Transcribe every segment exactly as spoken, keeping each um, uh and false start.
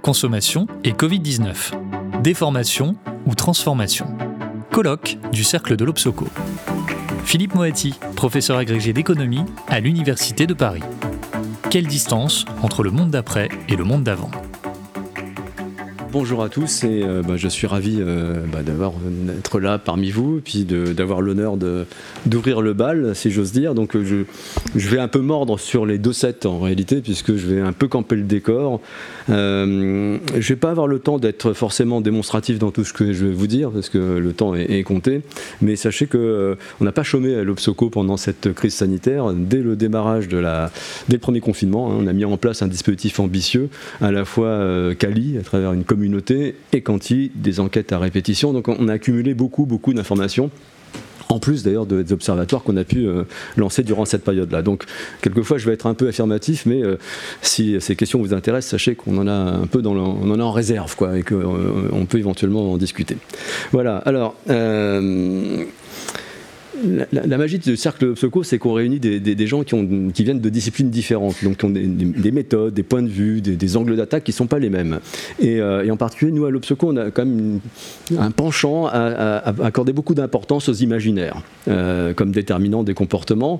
consommation et covid dix-neuf. Déformation ou transformation. Colloque du Cercle de l'Obsoco. Philippe Moati, professeur agrégé d'économie à l'Université de Paris. Quelle distance entre le monde d'après et le monde d'avant ? Bonjour à tous et euh, bah, je suis ravi euh, bah, d'avoir, d'être là parmi vous et puis de, d'avoir l'honneur de, d'ouvrir le bal, si j'ose dire. Donc je, je vais un peu mordre sur les deux sets en réalité, puisque je vais un peu camper le décor. Euh, je ne vais pas avoir le temps d'être forcément démonstratif dans tout ce que je vais vous dire, parce que le temps est, est compté. Mais sachez qu'on euh, n'a pas chômé à l'Obsoco pendant cette crise sanitaire. Dès le démarrage, de la, dès le premier confinement, hein, on a mis en place un dispositif ambitieux, à la fois euh, quali, à travers une communauté, et quanti, des enquêtes à répétition. Donc on a accumulé beaucoup, beaucoup d'informations, en plus d'ailleurs de, des observatoires qu'on a pu euh, lancer durant cette période-là. Donc quelquefois je vais être un peu affirmatif, mais euh, si ces questions vous intéressent, sachez qu'on en a un peu dans le, on en a en réserve, quoi, et qu'on euh, peut éventuellement en discuter. Voilà, alors... Euh, La, la, la magie du cercle Obsoco, c'est qu'on réunit des, des, des gens qui, ont, qui viennent de disciplines différentes, donc qui ont des, des méthodes, des points de vue, des, des angles d'attaque qui ne sont pas les mêmes. Et, euh, et en particulier, nous, à l'Obsoco, on a quand même une, un penchant à, à, à accorder beaucoup d'importance aux imaginaires, euh, comme déterminant des comportements,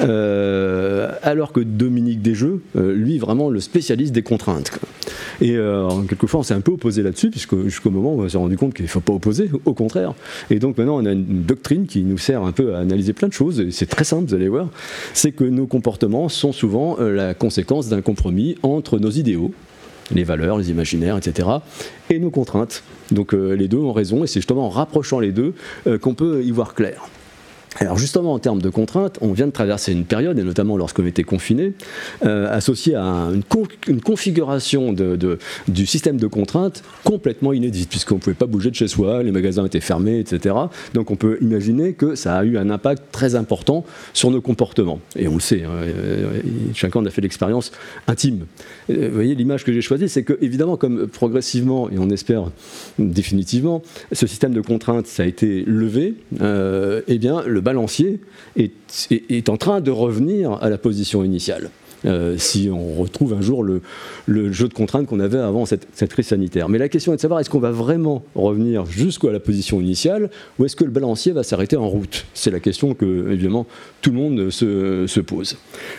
euh, alors que Dominique Desjeux, euh, lui, vraiment le spécialiste des contraintes. Quoi. Et euh, quelquefois, on s'est un peu opposé là-dessus, puisque jusqu'au moment où on s'est rendu compte qu'il ne faut pas opposer, au contraire. Et donc maintenant, on a une doctrine qui nous sert un peu à analyser plein de choses, et c'est très simple, vous allez voir, c'est que nos comportements sont souvent euh, la conséquence d'un compromis entre nos idéaux, les valeurs, les imaginaires, et cetera, et nos contraintes. Donc euh, les deux ont raison, et c'est justement en rapprochant les deux euh, qu'on peut y voir clair. Alors justement en termes de contraintes, on vient de traverser une période, et notamment lorsqu'on était confiné, euh, associée à une, con- une configuration de, de, du système de contraintes complètement inédite, puisqu'on ne pouvait pas bouger de chez soi, les magasins étaient fermés, et cetera. Donc on peut imaginer que ça a eu un impact très important sur nos comportements. Et on le sait, hein, euh, chacun en a fait l'expérience intime. Euh, vous voyez, l'image que j'ai choisie, c'est que évidemment, comme progressivement, et on espère définitivement, ce système de contraintes, ça a été levé, euh, eh bien le balancier est, est, est en train de revenir à la position initiale. Euh, si on retrouve un jour le, le jeu de contraintes qu'on avait avant cette, cette crise sanitaire. Mais la question est de savoir, est-ce qu'on va vraiment revenir jusqu'à la position initiale, ou est-ce que le balancier va s'arrêter en route ? C'est la question que, évidemment, tout le monde se, se pose.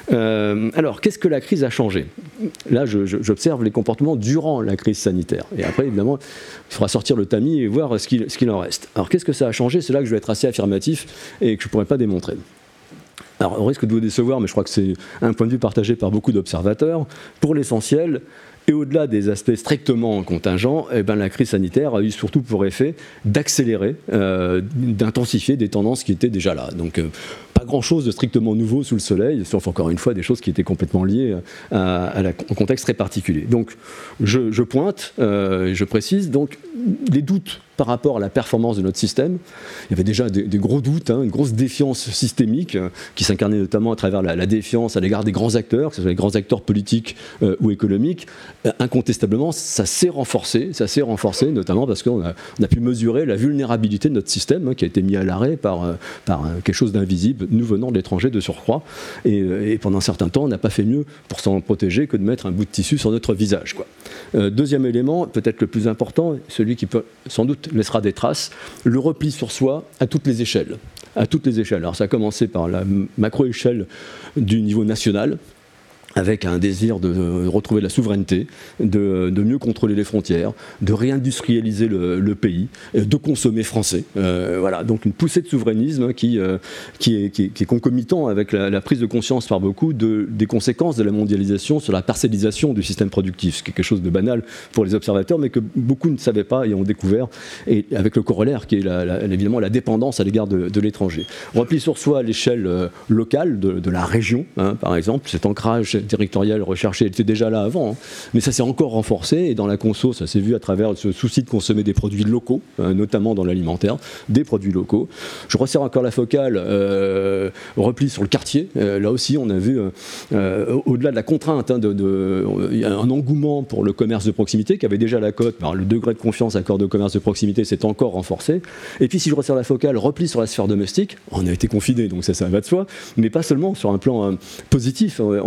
Euh, alors, qu'est-ce que la crise a changé ? Là, je, je, j'observe les comportements durant la crise sanitaire. Et après, évidemment, il faudra sortir le tamis et voir ce qu'il, ce qu'il en reste. Alors, qu'est-ce que ça a changé ? C'est là que je vais être assez affirmatif et que je ne pourrai pas démontrer. Alors, on risque de vous décevoir, mais je crois que c'est un point de vue partagé par beaucoup d'observateurs. Pour l'essentiel, et au-delà des aspects strictement contingents, eh ben, la crise sanitaire a eu surtout pour effet d'accélérer, euh, d'intensifier des tendances qui étaient déjà là. Donc, euh, pas grand-chose de strictement nouveau sous le soleil, sauf encore une fois des choses qui étaient complètement liées à, à la, au contexte très particulier. Donc, je, je pointe, euh, je précise, donc, les doutes par rapport à la performance de notre système. Il y avait déjà des, des gros doutes, hein, une grosse défiance systémique euh, qui s'incarnait notamment à travers la, la défiance à l'égard des grands acteurs, que ce soit les grands acteurs politiques euh, ou économiques. Euh, incontestablement, ça s'est renforcé, ça s'est renforcé, notamment parce qu'on a, on a pu mesurer la vulnérabilité de notre système, hein, qui a été mis à l'arrêt par, euh, par euh, quelque chose d'invisible, nous venant de l'étranger de surcroît. Et, euh, et pendant un certain temps, on n'a pas fait mieux pour s'en protéger que de mettre un bout de tissu sur notre visage, quoi. Euh, deuxième élément, peut-être le plus important, celui qui peut sans doute laissera des traces, le repli sur soi à toutes les échelles. À toutes les échelles. Alors ça a commencé par la macro-échelle du niveau national, avec un désir de retrouver la souveraineté, de, de mieux contrôler les frontières, de réindustrialiser le, le pays, de consommer français. Euh, voilà, donc une poussée de souverainisme qui, euh, qui, est, qui, est, qui est concomitant avec la, la prise de conscience par beaucoup de, des conséquences de la mondialisation sur la parcellisation du système productif, ce qui est quelque chose de banal pour les observateurs, mais que beaucoup ne savaient pas et ont découvert, et avec le corollaire qui est la, la, évidemment la dépendance à l'égard de, de l'étranger. Repli sur soi à l'échelle euh, locale de, de la région, hein, par exemple, cet ancrage territoriale recherchée était déjà là avant, hein, mais ça s'est encore renforcé, et dans la conso, ça s'est vu à travers ce souci de consommer des produits locaux, euh, notamment dans l'alimentaire, des produits locaux. Je resserre encore la focale, euh, repli sur le quartier, euh, là aussi on a vu, euh, euh, au-delà de la contrainte, hein, de, de, il y a un engouement pour le commerce de proximité qui avait déjà la cote, alors le degré de confiance accordé au commerce de proximité s'est encore renforcé, et puis si je resserre la focale, repli sur la sphère domestique, on a été confiné, donc ça, ça va de soi, mais pas seulement sur un plan euh, positif, on a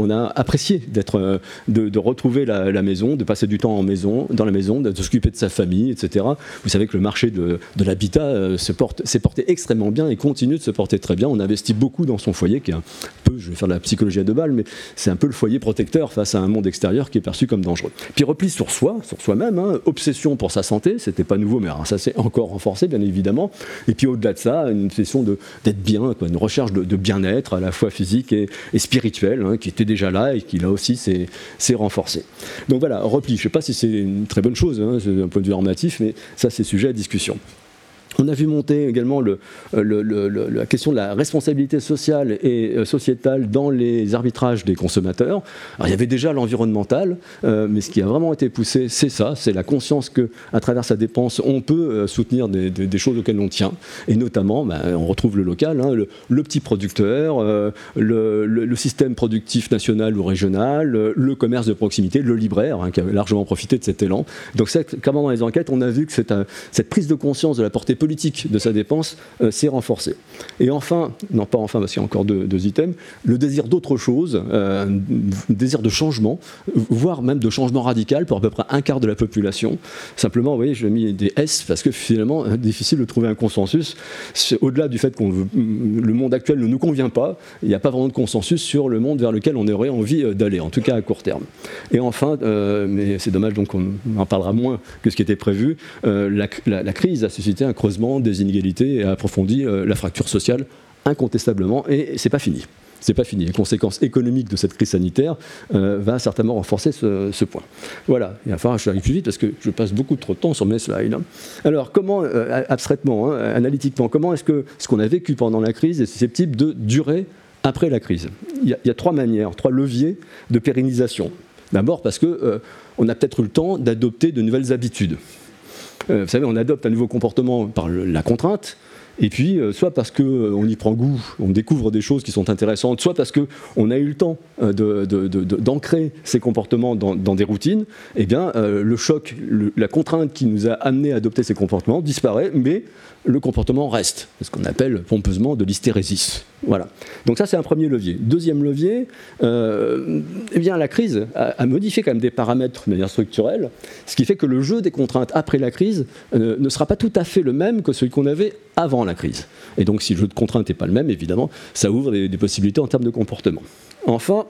apprécier d'être, euh, de, de retrouver la, la maison, de passer du temps en maison, dans la maison, de, de s'occuper de sa famille, et cetera. Vous savez que le marché de, de l'habitat euh, se porte, s'est porté extrêmement bien et continue de se porter très bien. On investit beaucoup dans son foyer, qui est un peu, je vais faire de la psychologie à deux balles, mais c'est un peu le foyer protecteur face à un monde extérieur qui est perçu comme dangereux. Puis repli sur soi, sur soi-même, hein, obsession pour sa santé, c'était pas nouveau, mais alors ça s'est encore renforcé, bien évidemment. Et puis au-delà de ça, une obsession de, d'être bien, quoi, une recherche de, de bien-être, à la fois physique et, et spirituel, hein, qui était déjà là et qui là aussi s'est, s'est renforcé. Donc voilà, repli, je ne sais pas si c'est une très bonne chose, hein, c'est un point de vue normatif, mais ça c'est sujet à discussion. On a vu monter également le, le, le, le, la question de la responsabilité sociale et sociétale dans les arbitrages des consommateurs. Alors, il y avait déjà l'environnemental, euh, mais ce qui a vraiment été poussé, c'est ça, c'est la conscience qu'à travers sa dépense, on peut euh, soutenir des, des, des choses auxquelles on tient. Et notamment, bah, on retrouve le local, hein, le, le petit producteur, euh, le, le, le système productif national ou régional, le, le commerce de proximité, le libraire, hein, qui a largement profité de cet élan. Donc, c'est, clairement, dans les enquêtes, on a vu que cette, cette prise de conscience de la portée politique de sa dépense euh, s'est renforcée. Et enfin, non pas enfin parce qu'il y a encore deux, deux items, le désir d'autre chose, euh, un désir de changement, voire même de changement radical pour à peu près un quart de la population. Simplement, vous voyez, j'ai mis des S parce que finalement, c'est difficile de trouver un consensus. C'est au-delà du fait que le monde actuel ne nous convient pas, il n'y a pas vraiment de consensus sur le monde vers lequel on aurait envie d'aller, en tout cas à court terme. Et enfin, euh, mais c'est dommage donc on en parlera moins que ce qui était prévu, euh, la, la, la crise a suscité un creusement des inégalités et a approfondi euh, la fracture sociale incontestablement, et c'est pas fini. C'est pas fini. Les conséquences économiques de cette crise sanitaire euh, va certainement renforcer ce, ce point. Voilà. Il va falloir que je aille plus vite parce que je passe beaucoup trop de temps sur mes slides. Alors, comment, euh, abstraitement, hein, analytiquement, comment est-ce que ce qu'on a vécu pendant la crise est susceptible de durer après la crise ? Il y a, il y a trois manières, trois leviers de pérennisation. D'abord parce qu'on euh, a peut-être eu le temps d'adopter de nouvelles habitudes. Euh, vous savez, on adopte un nouveau comportement par le, la contrainte, et puis euh, soit parce qu'on euh, y prend goût, on découvre des choses qui sont intéressantes, soit parce qu'on a eu le temps euh, de, de, de, de, d'ancrer ces comportements dans, dans des routines, eh bien euh, le choc, le, la contrainte qui nous a amené à adopter ces comportements disparaît, mais le comportement reste, ce qu'on appelle pompeusement de l'hystérésis. Voilà. Donc ça, c'est un premier levier. Deuxième levier, euh, eh bien, la crise a, a modifié quand même des paramètres de manière structurelle, ce qui fait que le jeu des contraintes après la crise euh, ne sera pas tout à fait le même que celui qu'on avait avant la crise. Et donc, si le jeu de contraintes n'est pas le même, évidemment, ça ouvre des, des possibilités en termes de comportement. Enfin,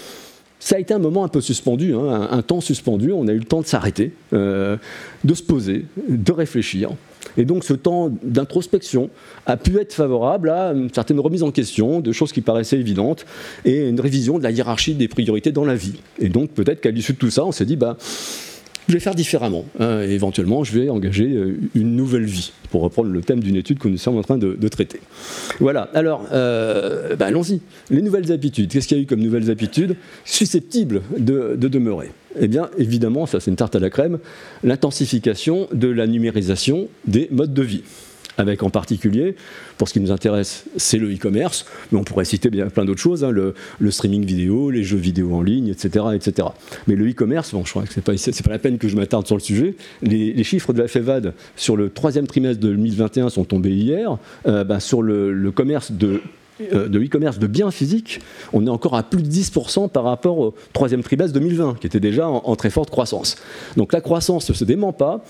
ça a été un moment un peu suspendu, hein, un, un temps suspendu, on a eu le temps de s'arrêter, euh, de se poser, de réfléchir. Et donc ce temps d'introspection a pu être favorable à une certaine remise en question de choses qui paraissaient évidentes et une révision de la hiérarchie des priorités dans la vie. Et donc peut-être qu'à l'issue de tout ça, on s'est dit, bah, je vais faire différemment. Hein, et éventuellement, je vais engager une nouvelle vie, pour reprendre le thème d'une étude que nous sommes en train de, de traiter. Voilà, alors, euh, bah, allons-y. Les nouvelles habitudes, qu'est-ce qu'il y a eu comme nouvelles habitudes susceptibles de, de demeurer ? Eh bien, évidemment, ça c'est une tarte à la crème, l'intensification de la numérisation des modes de vie. Avec en particulier, pour ce qui nous intéresse, c'est le e-commerce, mais on pourrait citer bien plein d'autres choses, hein, le, le streaming vidéo, les jeux vidéo en ligne, et cetera, et cetera. Mais le e-commerce, bon, je crois que c'est pas, c'est pas la peine que je m'attarde sur le sujet. Les, les chiffres de la FEVAD sur le troisième trimestre de deux mille vingt et un sont tombés hier. Euh, bah, sur le, le commerce de de e-commerce de biens physiques, on est encore à plus de dix pour cent par rapport au troisième trimestre deux mille vingt, qui était déjà en, en très forte croissance. Donc la croissance ne se dément pas,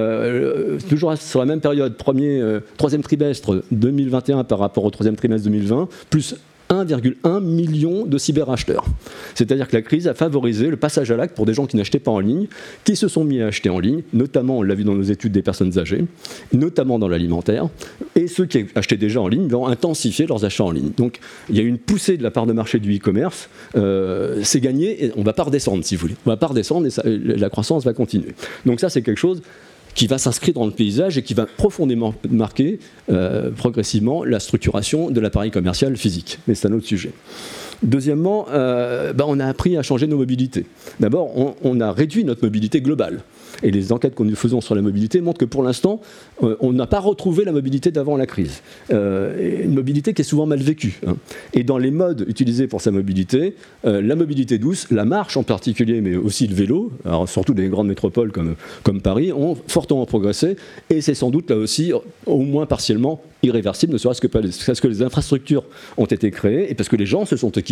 euh, toujours sur la même période, premier, euh, troisième trimestre deux mille vingt et un par rapport au troisième trimestre deux mille vingt, plus un virgule un million de cyberacheteurs. C'est-à-dire que la crise a favorisé le passage à l'acte pour des gens qui n'achetaient pas en ligne, qui se sont mis à acheter en ligne, notamment, on l'a vu dans nos études des personnes âgées, notamment dans l'alimentaire, et ceux qui achetaient déjà en ligne vont intensifier leurs achats en ligne. Donc il y a eu une poussée de la part de marché du e-commerce, euh, c'est gagné, et on ne va pas redescendre si vous voulez. On ne va pas redescendre et ça, la croissance va continuer. Donc ça c'est quelque chose qui va s'inscrire dans le paysage et qui va profondément marquer euh, progressivement la structuration de l'appareil commercial physique. Mais c'est un autre sujet. Deuxièmement, euh, bah on a appris à changer nos mobilités. D'abord, on, on a réduit notre mobilité globale. Et les enquêtes que nous faisons sur la mobilité montrent que pour l'instant, euh, on n'a pas retrouvé la mobilité d'avant la crise. Euh, une mobilité qui est souvent mal vécue. Hein. Et dans les modes utilisés pour sa mobilité, euh, la mobilité douce, la marche en particulier, mais aussi le vélo, alors surtout des grandes métropoles comme, comme Paris, ont fortement progressé. Et c'est sans doute là aussi, au moins partiellement, irréversible, ne serait-ce que parce que les infrastructures ont été créées et parce que les gens se sont équipés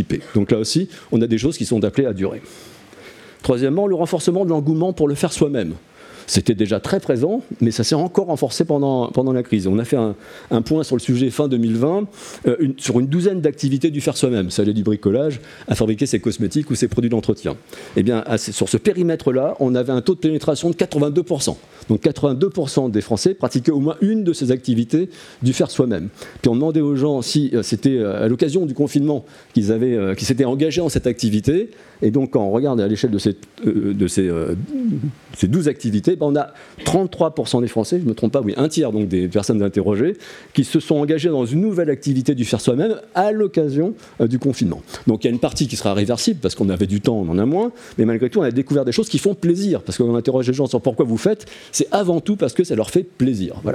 équipés. Donc là aussi, on a des choses qui sont appelées à durer. Troisièmement, le renforcement de l'engouement pour le faire soi-même. C'était déjà très présent, mais ça s'est encore renforcé pendant, pendant la crise. On a fait un, un point sur le sujet fin deux mille vingt, euh, une, sur une douzaine d'activités du faire soi-même. Ça allait du bricolage à fabriquer ses cosmétiques ou ses produits d'entretien. Eh bien, à, sur ce périmètre-là, on avait un taux de pénétration de quatre-vingt-deux pour cent. Donc quatre-vingt-deux pour cent des Français pratiquaient au moins une de ces activités du faire soi-même. Puis on demandait aux gens si euh, c'était euh, à l'occasion du confinement qu'ils avaient, euh, qu'ils s'étaient engagés en cette activité. Et donc, quand on regarde à l'échelle de ces, euh, de ces, euh, ces douze activités, ben on a trente-trois pour cent des Français, je ne me trompe pas, oui, un tiers donc des personnes interrogées, qui se sont engagées dans une nouvelle activité du faire soi-même à l'occasion euh, du confinement. Donc, il y a une partie qui sera réversible, parce qu'on avait du temps, on en a moins, mais malgré tout, on a découvert des choses qui font plaisir, parce qu'on interroge les gens sur pourquoi vous faites, c'est avant tout parce que ça leur fait plaisir. Voilà.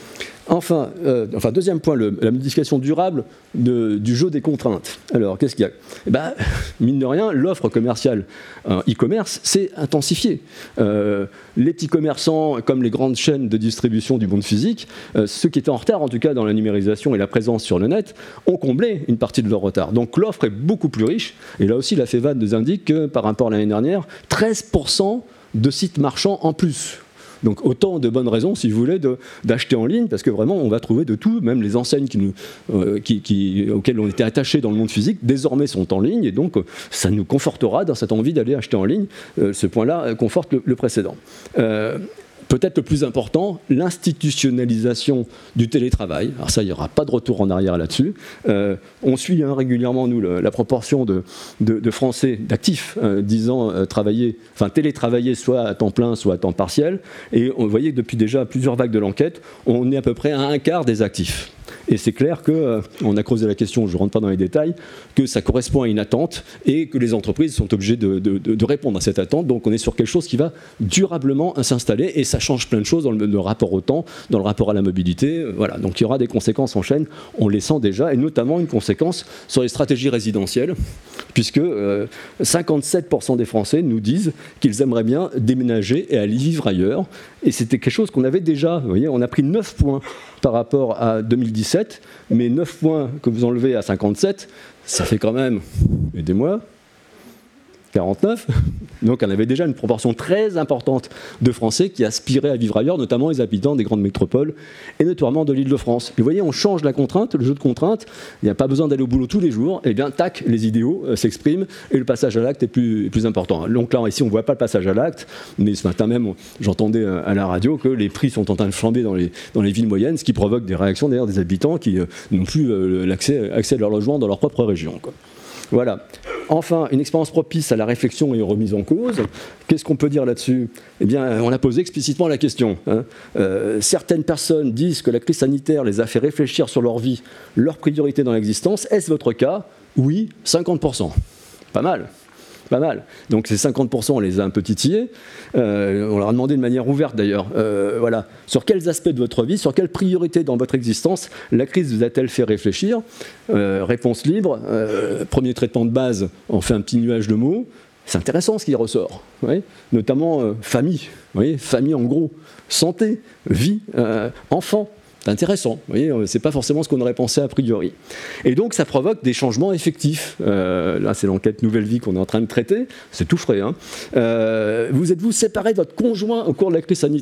Enfin, euh, enfin, deuxième point, le, la modification durable de, du jeu des contraintes. Alors, qu'est-ce qu'il y a ? Eh ben, mine de rien, l'offre commerciale euh, e-commerce s'est intensifiée. Euh, les petits commerçants, comme les grandes chaînes de distribution du monde physique, euh, ceux qui étaient en retard, en tout cas dans la numérisation et la présence sur le net, ont comblé une partie de leur retard. Donc l'offre est beaucoup plus riche. Et là aussi, la FEVAD nous indique que, par rapport à l'année dernière, treize pour cent de sites marchands en plus. Donc autant de bonnes raisons, si vous voulez, de, d'acheter en ligne, parce que vraiment, on va trouver de tout, même les enseignes qui nous, euh, qui, qui, auxquelles on était attachés dans le monde physique, désormais sont en ligne, et donc ça nous confortera dans cette envie d'aller acheter en ligne. Euh, ce point-là conforte le, le précédent. Euh, Peut-être le plus important, l'institutionnalisation du télétravail. Alors ça, il n'y aura pas de retour en arrière là-dessus. Euh, on suit hein, régulièrement, nous, le, la proportion de, de, de Français, d'actifs, euh, disant euh, travailler, enfin télétravailler soit à temps plein, soit à temps partiel. Et on voyait que depuis déjà plusieurs vagues de l'enquête, on est à peu près à un quart des actifs. Et c'est clair qu'on euh, a creusé la question, je ne rentre pas dans les détails, que ça correspond à une attente et que les entreprises sont obligées de, de, de répondre à cette attente. Donc on est sur quelque chose qui va durablement s'installer et ça change plein de choses dans le, le rapport au temps, dans le rapport à la mobilité. Voilà. Donc il y aura des conséquences en chaîne, on les sent déjà, et notamment une conséquence sur les stratégies résidentielles, puisque euh, cinquante-sept pour cent des Français nous disent qu'ils aimeraient bien déménager et aller vivre ailleurs. Et c'était quelque chose qu'on avait déjà, vous voyez, on a pris neuf points par rapport à deux mille dix-sept, mais neuf points que vous enlevez à cinquante-sept, ça fait quand même, aidez-moi, quarante-neuf. Donc on avait déjà une proportion très importante de Français qui aspiraient à vivre ailleurs, notamment les habitants des grandes métropoles et notamment de l'Île-de-France. Et vous voyez, on change la contrainte, le jeu de contrainte, il n'y a pas besoin d'aller au boulot tous les jours, et bien tac, les idéaux euh, s'expriment et le passage à l'acte est plus, est plus important. Donc là, ici, on ne voit pas le passage à l'acte, mais ce matin même, j'entendais à la radio que les prix sont en train de flamber dans les, dans les villes moyennes, ce qui provoque des réactions d'ailleurs des habitants qui euh, n'ont plus euh, l'accès accès à leur logement dans leur propre région, quoi. Voilà. Enfin, une expérience propice à la réflexion et aux remises en cause. Qu'est-ce qu'on peut dire là-dessus ? Eh bien, on a posé explicitement la question. Hein. Euh, certaines personnes disent que la crise sanitaire les a fait réfléchir sur leur vie, leurs priorités dans l'existence. Est-ce votre cas ? Oui, cinquante pour cent. Pas mal. Pas mal. Donc ces cinquante pour cent, on les a un peu titillés. Euh, on leur a demandé de manière ouverte d'ailleurs. Euh, voilà. Sur quels aspects de votre vie, sur quelles priorités dans votre existence la crise vous a-t-elle fait réfléchir ? euh, Réponse libre. Euh, premier traitement de base, on fait un petit nuage de mots. C'est intéressant ce qui ressort. Oui, notamment euh, famille. Oui, famille en gros. Santé, vie, euh, enfant. C'est intéressant, vous voyez, c'est pas forcément ce qu'on aurait pensé a priori. Et donc ça provoque des changements effectifs. Euh, là, c'est l'enquête Nouvelle Vie qu'on est en train de traiter, c'est tout frais. Hein. Euh, vous êtes-vous séparé de votre conjoint au cours de la crise sanitaire ?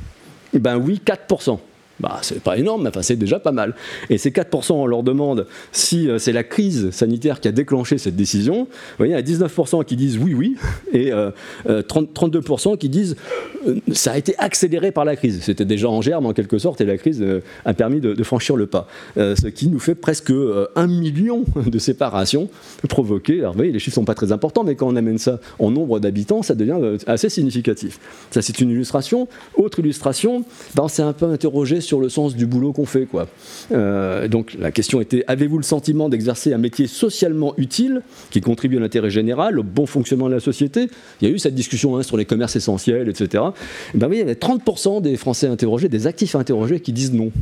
Eh bien oui, quatre pour cent. Bah, c'est pas énorme, mais enfin, c'est déjà pas mal. Et ces quatre pour cent, on leur demande si euh, c'est la crise sanitaire qui a déclenché cette décision. Vous voyez, il y a dix-neuf pour cent qui disent oui, oui, et euh, euh, trente, trente-deux pour cent qui disent euh, ça a été accéléré par la crise. C'était déjà en germe en quelque sorte, et la crise euh, a permis de, de franchir le pas. Euh, ce qui nous fait presque euh, un million de séparations provoquées. Alors, vous voyez, les chiffres sont pas très importants, mais quand on amène ça en nombre d'habitants, ça devient euh, assez significatif. Ça, c'est une illustration. Autre illustration, ben, on s'est un peu interrogé sur le sens du boulot qu'on fait, quoi. Euh, donc la question était, avez-vous le sentiment d'exercer un métier socialement utile qui contribue à l'intérêt général, au bon fonctionnement de la société ? Il y a eu cette discussion hein, sur les commerces essentiels, et cetera. Et ben oui, il y avait trente pour cent des Français interrogés, des actifs interrogés qui disent non.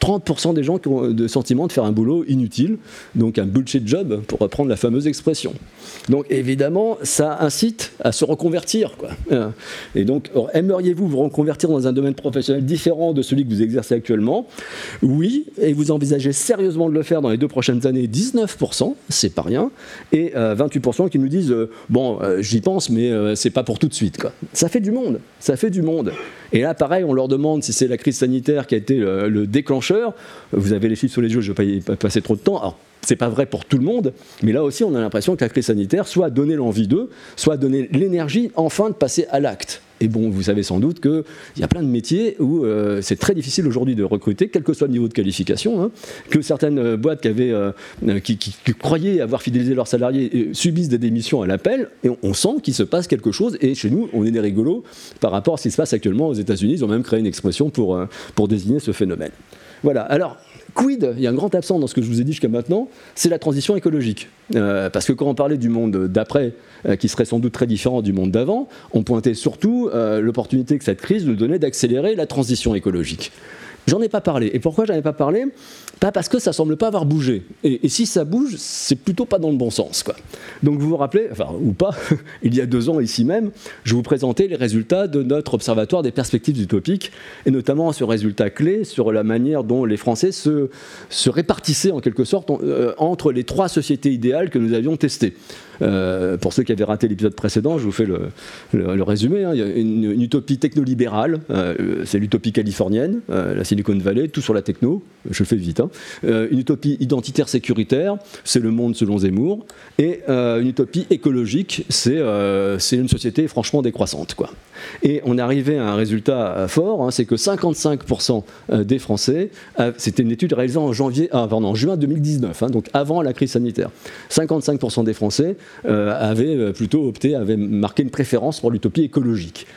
trente pour cent des gens qui ont le sentiment de faire un boulot inutile, donc un bullshit job, pour reprendre la fameuse expression. Donc évidemment, ça incite à se reconvertir, quoi. Et donc, aimeriez-vous vous reconvertir dans un domaine professionnel différent de celui que vous exercez actuellement? Oui, et vous envisagez sérieusement de le faire dans les deux prochaines années, dix-neuf pour cent, c'est pas rien, et euh, vingt-huit pour cent qui nous disent euh, bon, euh, j'y pense, mais euh, c'est pas pour tout de suite, quoi. Ça fait du monde, ça fait du monde. Et là, pareil, on leur demande si c'est la crise sanitaire qui a été le, le déclencheur. Vous avez les chiffres sur les yeux, je ne vais pas y passer trop de temps. Alors, c'est pas vrai pour tout le monde, mais là aussi, on a l'impression que la crise sanitaire soit a donné l'envie d'eux, soit a donné l'énergie, enfin, de passer à l'acte. Et bon, vous savez sans doute qu'il y a plein de métiers où euh, c'est très difficile aujourd'hui de recruter, quel que soit le niveau de qualification, hein, que certaines euh, boîtes qui, avaient, euh, qui, qui, qui croyaient avoir fidélisé leurs salariés euh, subissent des démissions à l'appel, et on, on sent qu'il se passe quelque chose, et chez nous, on est des rigolos par rapport à ce qui se passe actuellement aux États-Unis. Ils ont même créé une expression pour, euh, pour désigner ce phénomène. Voilà, alors... Quid, il y a un grand absent dans ce que je vous ai dit jusqu'à maintenant, c'est la transition écologique. Euh, parce que quand on parlait du monde d'après, euh, qui serait sans doute très différent du monde d'avant, on pointait surtout euh, l'opportunité que cette crise nous donnait d'accélérer la transition écologique. J'en ai pas parlé. Et pourquoi j'en ai pas parlé? Pas parce que ça semble pas avoir bougé. Et, et si ça bouge, c'est plutôt pas dans le bon sens, quoi. Donc vous vous rappelez, enfin, ou pas, il y a deux ans ici même, je vous présentais les résultats de notre observatoire des perspectives utopiques, et notamment ce résultat clé sur la manière dont les Français se, se répartissaient en quelque sorte en, euh, entre les trois sociétés idéales que nous avions testées. Euh, pour ceux qui avaient raté l'épisode précédent, je vous fais le, le, le résumé, hein. Il y a une, une utopie technolibérale, euh, c'est l'utopie californienne, euh, la Silicon Valley, tout sur la techno, je le fais vite, hein. Euh, une utopie identitaire sécuritaire, c'est le monde selon Zemmour, et euh, une utopie écologique, c'est euh, une société franchement décroissante, quoi. Et on est arrivé à un résultat fort, hein, c'est que cinquante-cinq pour cent des Français, c'était une étude réalisée en, janvier, ah, pardon, en juin deux mille dix-neuf, hein, donc avant la crise sanitaire, cinquante-cinq pour cent des Français euh, avaient plutôt opté, avaient marqué une préférence pour l'utopie écologique.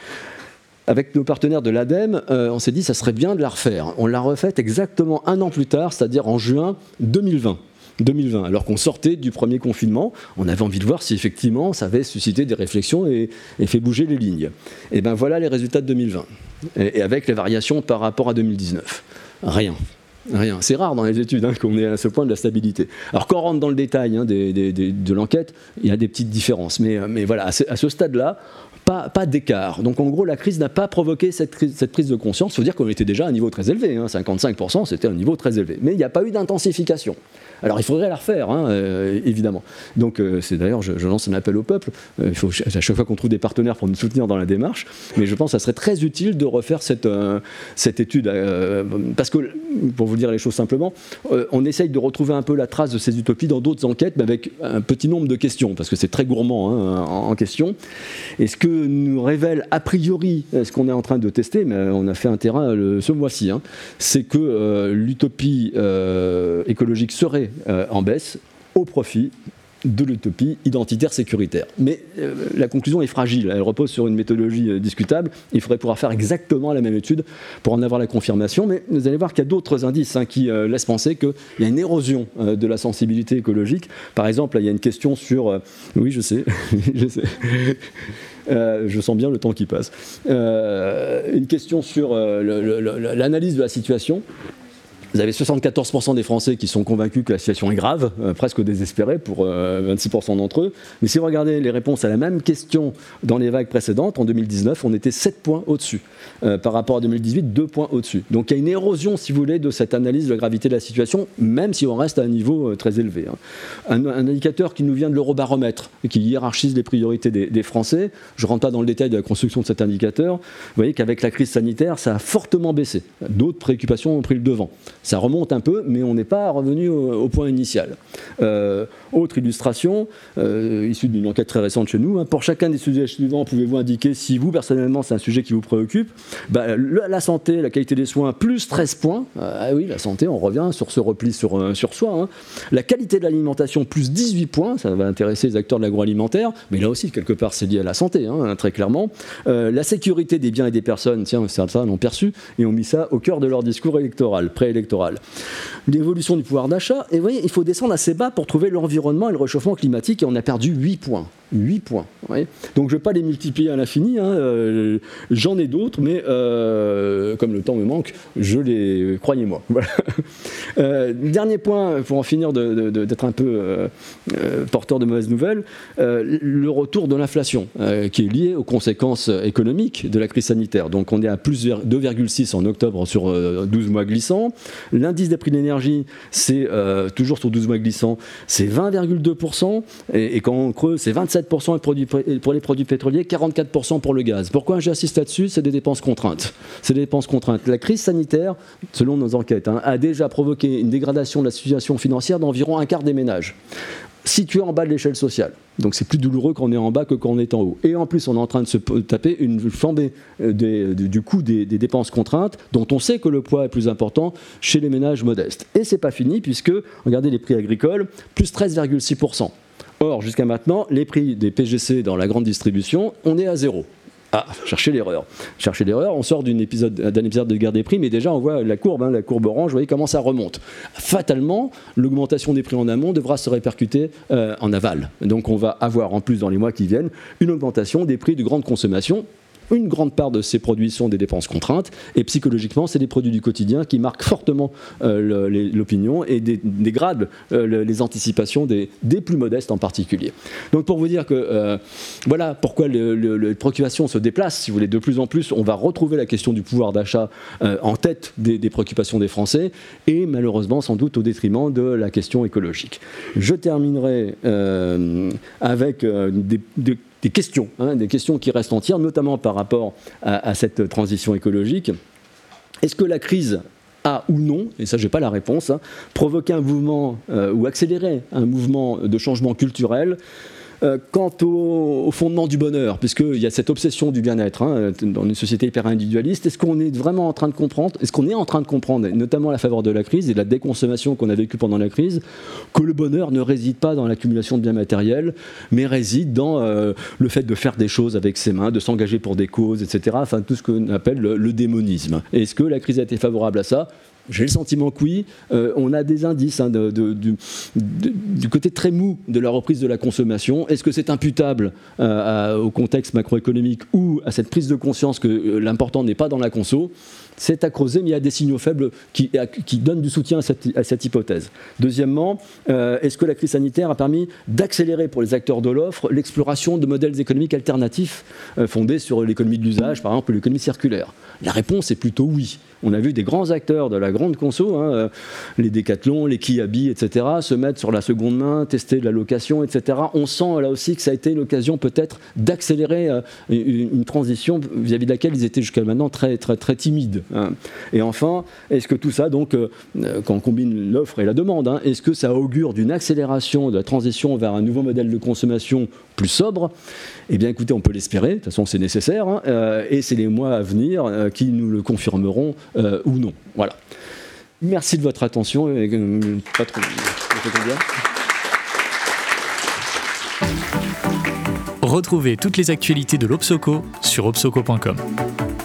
Avec nos partenaires de l'ADEME, euh, on s'est dit que ça serait bien de la refaire. On l'a refaite exactement un an plus tard, c'est-à-dire en juin deux mille vingt. deux mille vingt, alors qu'on sortait du premier confinement, on avait envie de voir si effectivement ça avait suscité des réflexions et, et fait bouger les lignes. Et bien voilà les résultats de deux mille vingt, et, et avec les variations par rapport à deux mille dix-neuf. Rien. Rien. C'est rare dans les études, hein, qu'on ait à ce point de la stabilité. Alors quand on rentre dans le détail, hein, des, des, des, de l'enquête, il y a des petites différences, mais, mais voilà, à ce, à ce stade-là, Pas, pas d'écart. Donc en gros, la crise n'a pas provoqué cette, crise, cette prise de conscience. Il faut dire qu'on était déjà à un niveau très élevé, hein, cinquante-cinq pour cent, c'était un niveau très élevé. Mais il n'y a pas eu d'intensification. Alors il faudrait la refaire, hein, euh, évidemment. Donc euh, c'est d'ailleurs, je, je lance un appel au peuple. Euh, il faut à chaque fois qu'on trouve des partenaires pour nous soutenir dans la démarche. Mais je pense que ça serait très utile de refaire cette, euh, cette étude. Euh, parce que, pour vous dire les choses simplement, euh, on essaye de retrouver un peu la trace de ces utopies dans d'autres enquêtes, mais avec un petit nombre de questions, parce que c'est très gourmand, hein, en, en question. Et ce que nous révèle a priori ce qu'on est en train de tester, mais on a fait un terrain le, ce mois-ci, hein, c'est que euh, l'utopie euh, écologique serait euh, en baisse au profit de l'utopie identitaire sécuritaire. Mais euh, la conclusion est fragile, elle repose sur une méthodologie euh, discutable. Il faudrait pouvoir faire exactement la même étude pour en avoir la confirmation, mais vous allez voir qu'il y a d'autres indices, hein, qui euh, laissent penser qu'il y a une érosion euh, de la sensibilité écologique. Par exemple, là, il y a une question sur... Euh, oui, je sais, je sais... Euh, je sens bien le temps qui passe. Euh, une question sur euh, l'analyse de la situation. Vous avez soixante-quatorze pour cent des Français qui sont convaincus que la situation est grave, euh, presque désespérée pour euh, vingt-six pour cent d'entre eux. Mais si vous regardez les réponses à la même question dans les vagues précédentes, en deux mille dix-neuf, on était sept points au-dessus. Euh, par rapport à deux mille dix-huit, deux points au-dessus. Donc il y a une érosion, si vous voulez, de cette analyse de la gravité de la situation, même si on reste à un niveau euh, très élevé, hein. Un, un indicateur qui nous vient de l'Eurobaromètre, et qui hiérarchise les priorités des, des Français. Je ne rentre pas dans le détail de la construction de cet indicateur. Vous voyez qu'avec la crise sanitaire, ça a fortement baissé. D'autres préoccupations ont pris le devant. Ça remonte un peu, mais on n'est pas revenu au, au point initial. Euh, autre illustration, euh, issue d'une enquête très récente chez nous, hein, pour chacun des sujets suivants, pouvez-vous indiquer si vous, personnellement, c'est un sujet qui vous préoccupe? Bah, le, la santé, la qualité des soins, plus treize points. Euh, ah oui, la santé, on revient sur ce repli sur, euh, sur soi. Hein. La qualité de l'alimentation, plus dix-huit points. Ça va intéresser les acteurs de l'agroalimentaire, mais là aussi, quelque part, c'est lié à la santé, hein, très clairement. Euh, la sécurité des biens et des personnes, tiens, ça, ça l'ont perçu, et ont mis ça au cœur de leur discours électoral, préélectoral. L'évolution du pouvoir d'achat, et vous voyez, il faut descendre assez bas pour trouver l'environnement et le réchauffement climatique, et on a perdu huit points. huit points. Oui. Donc je ne vais pas les multiplier à l'infini, hein, euh, j'en ai d'autres, mais euh, comme le temps me manque, je les... croyez-moi. Voilà. Euh, dernier point, pour en finir de, de, d'être un peu euh, euh, porteur de mauvaises nouvelles, euh, le retour de l'inflation, euh, qui est lié aux conséquences économiques de la crise sanitaire. Donc on est à plus deux virgule six en octobre sur euh, douze mois glissants. L'indice des prix de l'énergie, c'est euh, toujours sur douze mois glissants, c'est vingt virgule deux pour cent, et, et quand on creuse, c'est vingt-sept pour cent pour les produits pétroliers, quarante-quatre pour cent pour le gaz. Pourquoi j'insiste là-dessus? C'est des dépenses contraintes. C'est des dépenses contraintes. La crise sanitaire, selon nos enquêtes, hein, a déjà provoqué une dégradation de la situation financière d'environ un quart des ménages, situés en bas de l'échelle sociale. Donc c'est plus douloureux quand on est en bas que quand on est en haut. Et en plus, on est en train de se taper une flambée des, du coût des, des dépenses contraintes, dont on sait que le poids est plus important chez les ménages modestes. Et c'est pas fini, puisque, regardez les prix agricoles, plus treize virgule six pour cent. Or, jusqu'à maintenant, les prix des P G C dans la grande distribution, on est à zéro. Ah, cherchez l'erreur. Cherchez l'erreur, on sort d'un épisode, d'un épisode de guerre des prix, mais déjà on voit la courbe, hein, la courbe orange, vous voyez comment ça remonte. Fatalement, l'augmentation des prix en amont devra se répercuter euh, en aval. Donc on va avoir en plus dans les mois qui viennent une augmentation des prix de grande consommation. Une grande part de ces produits sont des dépenses contraintes, et psychologiquement, c'est des produits du quotidien qui marquent fortement euh, le, les, l'opinion et des, dégradent euh, le, les anticipations des, des plus modestes en particulier. Donc pour vous dire que euh, voilà pourquoi le, le, les préoccupations se déplacent, si vous voulez, de plus en plus, on va retrouver la question du pouvoir d'achat euh, en tête des, des préoccupations des Français, et malheureusement sans doute au détriment de la question écologique. Je terminerai euh, avec euh, des, des Des questions, hein, des questions qui restent entières, notamment par rapport à, à cette transition écologique. Est-ce que la crise a ou non, et ça je n'ai pas la réponse, hein, provoqué un mouvement euh, ou accéléré un mouvement de changement culturel Euh, quant au, au fondement du bonheur, puisqu'il y a cette obsession du bien-être hein, dans une société hyper individualiste, est-ce qu'on est vraiment en train de comprendre, est-ce qu'on est en train de comprendre, notamment à la faveur de la crise et de la déconsommation qu'on a vécue pendant la crise, que le bonheur ne réside pas dans l'accumulation de biens matériels, mais réside dans euh, le fait de faire des choses avec ses mains, de s'engager pour des causes, et cetera. Enfin, tout ce qu'on appelle le, le démonisme. Et est-ce que la crise a été favorable à ça ? J'ai le sentiment que oui. Euh, on a des indices hein, de, de, de, de, du côté très mou de la reprise de la consommation. Est-ce que c'est imputable euh, à, au contexte macroéconomique ou à cette prise de conscience que euh, l'important n'est pas dans la conso ? C'est à creuser, mais il y a des signaux faibles qui, qui donnent du soutien à cette, à cette hypothèse. Deuxièmement, euh, est-ce que la crise sanitaire a permis d'accélérer pour les acteurs de l'offre l'exploration de modèles économiques alternatifs euh, fondés sur l'économie de l'usage, par exemple l'économie circulaire ? La réponse est plutôt oui. On a vu des grands acteurs de la grande conso, hein, euh, les Decathlon, les Kiabi, et cetera, se mettre sur la seconde main, tester de la location, et cetera. On sent là aussi que ça a été l'occasion peut-être d'accélérer euh, une, une transition vis-à-vis de laquelle ils étaient jusqu'à maintenant très, très, très timides. Hein. Et enfin, est-ce que tout ça, donc, euh, quand on combine l'offre et la demande, hein, est-ce que ça augure d'une accélération de la transition vers un nouveau modèle de consommation plus sobre ? Eh bien, écoutez, on peut l'espérer, de toute façon, c'est nécessaire, hein, euh, et c'est les mois à venir euh, qui nous le confirmeront euh, ou non. Voilà. Merci de votre attention. Et, euh, pas trop, Retrouvez toutes les actualités de l'Obsoco sur obsoco point com.